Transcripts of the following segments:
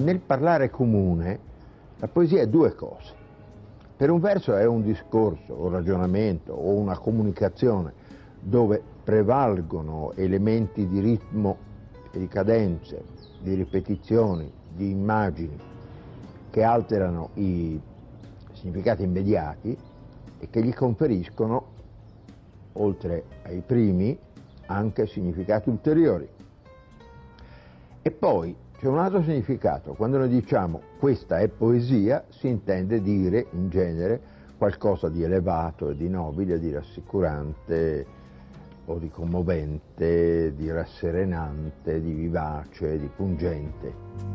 Nel parlare comune, la poesia è due cose. Per un verso è un discorso, un ragionamento o una comunicazione dove prevalgono elementi di ritmo e di cadenze, di ripetizioni, di immagini che alterano i significati immediati e che gli conferiscono, oltre ai primi, anche significati ulteriori. E poi c'è un altro significato: quando noi diciamo questa è poesia, si intende dire in genere qualcosa di elevato e di nobile, di rassicurante o di commovente, di rasserenante, di vivace, di pungente.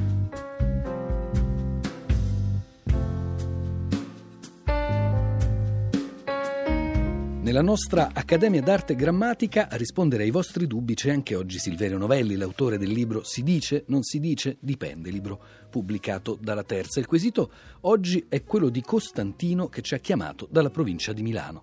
Nella nostra Accademia d'Arte Grammatica a rispondere ai vostri dubbi c'è anche oggi Silverio Novelli, l'autore del libro Si dice, non si dice, dipende, libro pubblicato dalla Terza. Il quesito oggi è quello di Costantino, che ci ha chiamato dalla provincia di Milano.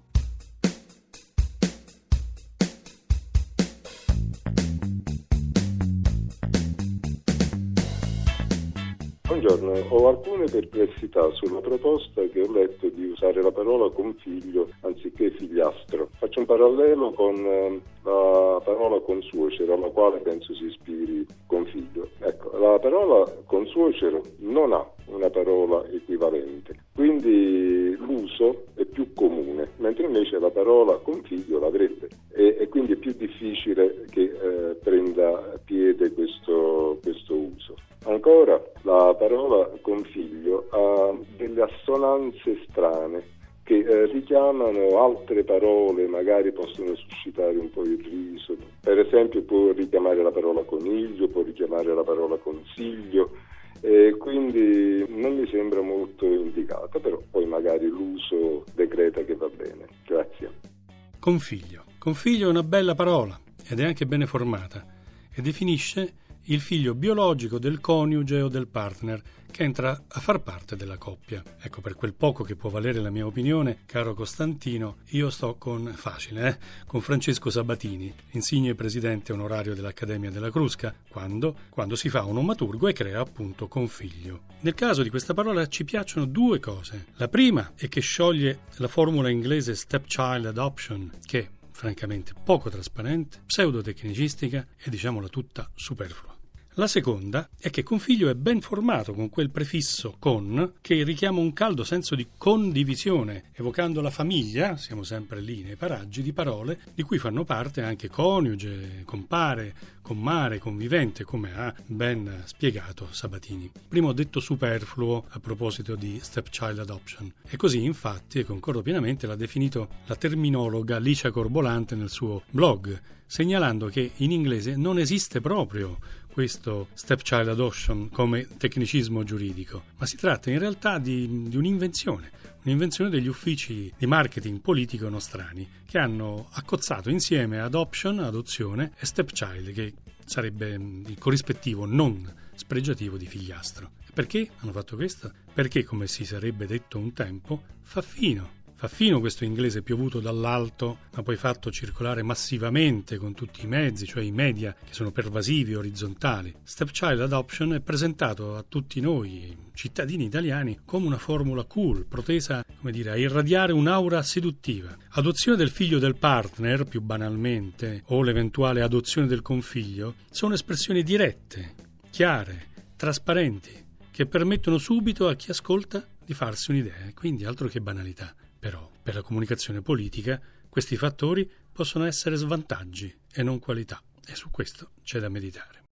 Buongiorno, ho alcune perplessità sulla proposta che ho letto di usare la parola configlio anziché figliastro. Faccio un parallelo con la parola consuocero, alla quale penso si ispiri configlio. Ecco, la parola consuocero non ha una parola equivalente, quindi l'uso è più comune, mentre invece la parola configlio l'avrebbe, e quindi è più difficile che prenda piede questo uso. Ancora, la parola configlio ha delle assonanze strane che richiamano altre parole, magari possono suscitare un po' il riso. Per esempio può richiamare la parola coniglio, può richiamare la parola consiglio, e quindi non mi sembra molto indicata, però poi magari l'uso decreta che va bene. Grazie. Configlio. Configlio è una bella parola ed è anche bene formata e definisce il figlio biologico del coniuge o del partner che entra a far parte della coppia. Ecco, per quel poco che può valere la mia opinione, caro Costantino, io sto con Francesco Sabatini, insigne presidente onorario dell'Accademia della Crusca, quando si fa un omaturgo e crea appunto configlio. Nel caso di questa parola ci piacciono due cose. La prima è che scioglie la formula inglese stepchild adoption, che francamente poco trasparente, pseudotecnicistica e diciamola tutta superflua. La seconda è che configlio è ben formato con quel prefisso con che richiama un caldo senso di condivisione, evocando la famiglia, siamo sempre lì nei paraggi, di parole di cui fanno parte anche coniuge, compare, commare, convivente, come ha ben spiegato Sabatini. Prima ho detto superfluo a proposito di stepchild adoption, e così infatti, e concordo pienamente, l'ha definito la terminologa Licia Corbolante nel suo blog, segnalando che in inglese non esiste proprio questo stepchild adoption come tecnicismo giuridico, ma si tratta in realtà di un'invenzione degli uffici di marketing politico nostrani che hanno accozzato insieme adoption, adozione, e stepchild, che sarebbe il corrispettivo non spregiativo di figliastro. Perché hanno fatto questo? Perché, come si sarebbe detto un tempo, fa fino questo inglese piovuto dall'alto, ma poi fatto circolare massivamente con tutti i mezzi, cioè i media che sono pervasivi e orizzontali. Stepchild adoption è presentato a tutti noi, cittadini italiani, come una formula cool, protesa, a irradiare un'aura seduttiva. Adozione del figlio del partner, più banalmente, o l'eventuale adozione del configlio, sono espressioni dirette, chiare, trasparenti, che permettono subito a chi ascolta di farsi un'idea, quindi altro che banalità. Però, per la comunicazione politica, questi fattori possono essere svantaggi e non qualità, e su questo c'è da meditare.